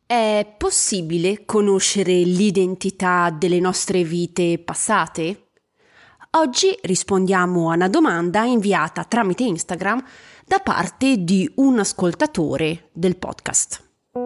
È possibile conoscere l'identità delle nostre vite passate? Oggi rispondiamo a una domanda inviata tramite Instagram da parte di un ascoltatore del podcast.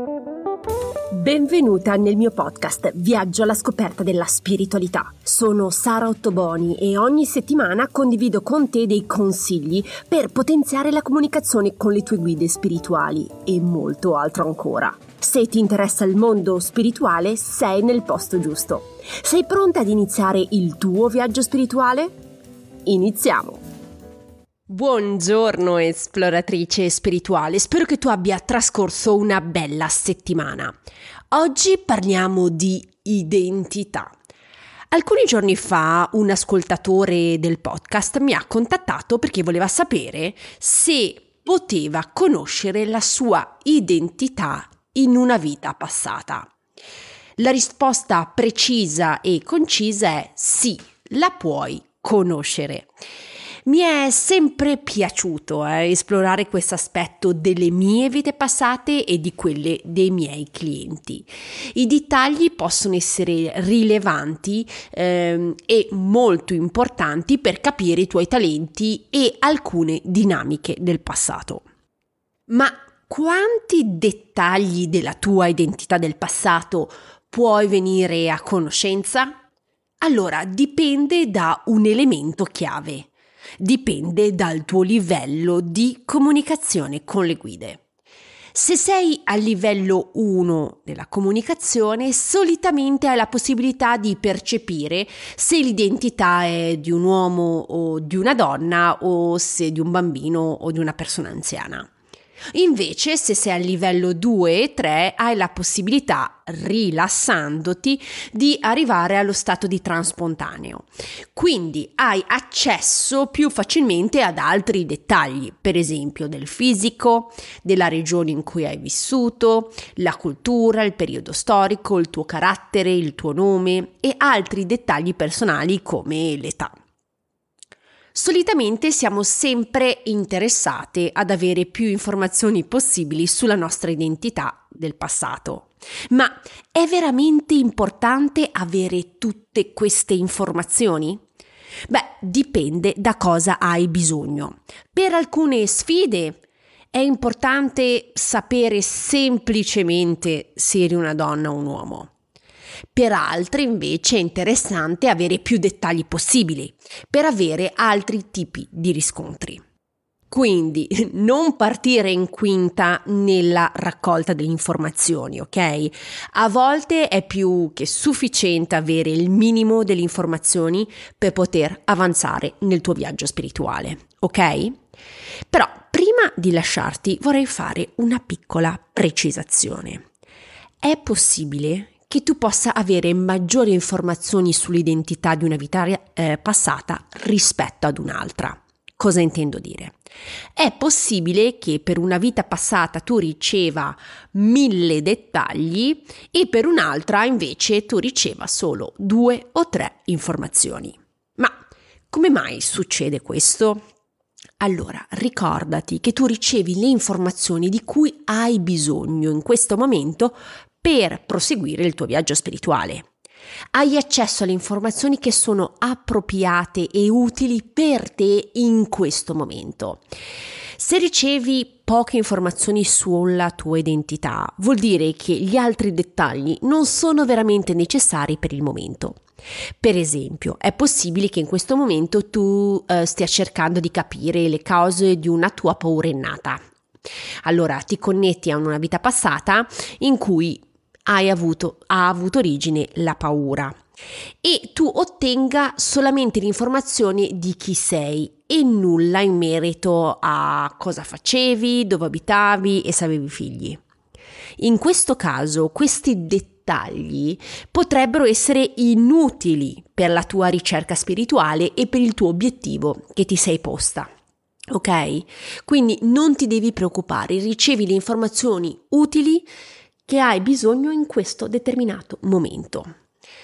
Benvenuta nel mio podcast Viaggio alla scoperta della spiritualità. Sono Sara Ottoboni e ogni settimana condivido con te dei consigli per potenziare la comunicazione con le tue guide spirituali e molto altro ancora. Se ti interessa il mondo spirituale, sei nel posto giusto. Sei pronta ad iniziare il tuo viaggio spirituale? Iniziamo! Buongiorno esploratrice spirituale, spero che tu abbia trascorso una bella settimana. Oggi parliamo di identità. Alcuni giorni fa un ascoltatore del podcast mi ha contattato perché voleva sapere se poteva conoscere la sua identità in una vita passata. La risposta precisa e concisa è sì, la puoi conoscere. Mi è sempre piaciuto esplorare questo aspetto delle mie vite passate e di quelle dei miei clienti. I dettagli possono essere rilevanti e molto importanti per capire i tuoi talenti e alcune dinamiche del passato. Ma quanti dettagli della tua identità del passato puoi venire a conoscenza? Allora, dipende da un elemento chiave. Dipende dal tuo livello di comunicazione con le guide. Se sei al livello 1 della comunicazione, solitamente hai la possibilità di percepire se l'identità è di un uomo o di una donna o se di un bambino o di una persona anziana. Invece, se sei al livello 2 e 3, hai la possibilità, rilassandoti, di arrivare allo stato di transpontaneo. Quindi hai accesso più facilmente ad altri dettagli, per esempio del fisico, della regione in cui hai vissuto, la cultura, il periodo storico, il tuo carattere, il tuo nome e altri dettagli personali come l'età. Solitamente siamo sempre interessate ad avere più informazioni possibili sulla nostra identità del passato. Ma è veramente importante avere tutte queste informazioni? Dipende da cosa hai bisogno. Per alcune sfide è importante sapere semplicemente se eri una donna o un uomo. Per altri invece è interessante avere più dettagli possibili per avere altri tipi di riscontri. Quindi non partire in quinta nella raccolta delle informazioni, ok? A volte è più che sufficiente avere il minimo delle informazioni per poter avanzare nel tuo viaggio spirituale, ok? Però prima di lasciarti vorrei fare una piccola precisazione. È possibile che tu possa avere maggiori informazioni sull'identità di una vita passata rispetto ad un'altra. Cosa intendo dire? È possibile che per una vita passata tu riceva 1000 dettagli e per un'altra invece tu riceva solo 2 o 3 informazioni. Ma come mai succede questo? Allora, ricordati che tu ricevi le informazioni di cui hai bisogno in questo momento per proseguire il tuo viaggio spirituale. Hai accesso alle informazioni che sono appropriate e utili per te in questo momento. Se ricevi poche informazioni sulla tua identità, vuol dire che gli altri dettagli non sono veramente necessari per il momento. Per esempio, è possibile che in questo momento tu stia cercando di capire le cause di una tua paura innata. Allora ti connetti a una vita passata in cui ha avuto origine la paura e tu ottenga solamente l'informazione di chi sei e nulla in merito a cosa facevi, dove abitavi e se avevi figli. In questo caso questi dettagli potrebbero essere inutili per la tua ricerca spirituale e per il tuo obiettivo che ti sei posta. Ok? Quindi non ti devi preoccupare, ricevi le informazioni utili che hai bisogno in questo determinato momento.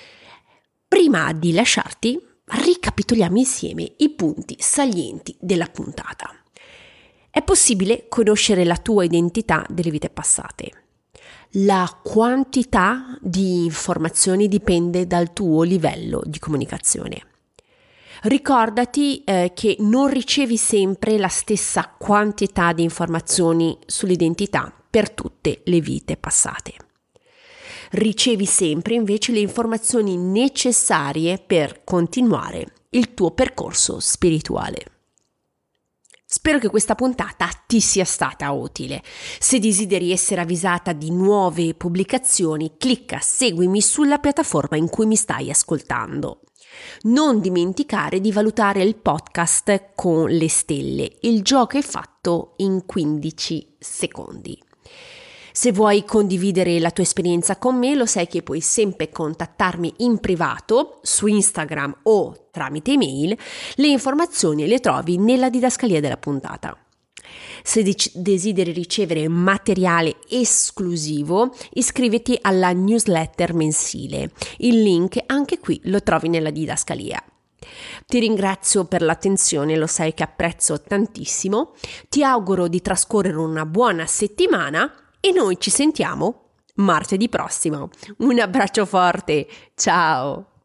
Prima di lasciarti, ricapitoliamo insieme i punti salienti della puntata. È possibile conoscere la tua identità delle vite passate. La quantità di informazioni dipende dal tuo livello di comunicazione. Ricordati che non ricevi sempre la stessa quantità di informazioni sull'identità per tutte le vite passate. Ricevi sempre invece le informazioni necessarie per continuare il tuo percorso spirituale. Spero che questa puntata ti sia stata utile. Se desideri essere avvisata di nuove pubblicazioni, clicca seguimi sulla piattaforma in cui mi stai ascoltando. Non dimenticare di valutare il podcast con le stelle. Il gioco è fatto in 15 secondi. Se vuoi condividere la tua esperienza con me, lo sai che puoi sempre contattarmi in privato su Instagram o tramite email. Le informazioni le trovi nella didascalia della puntata. Se desideri ricevere materiale esclusivo, iscriviti alla newsletter mensile. Il link anche qui lo trovi nella didascalia. Ti ringrazio per l'attenzione, lo sai che apprezzo tantissimo. Ti auguro di trascorrere una buona settimana e noi ci sentiamo martedì prossimo. Un abbraccio forte, ciao!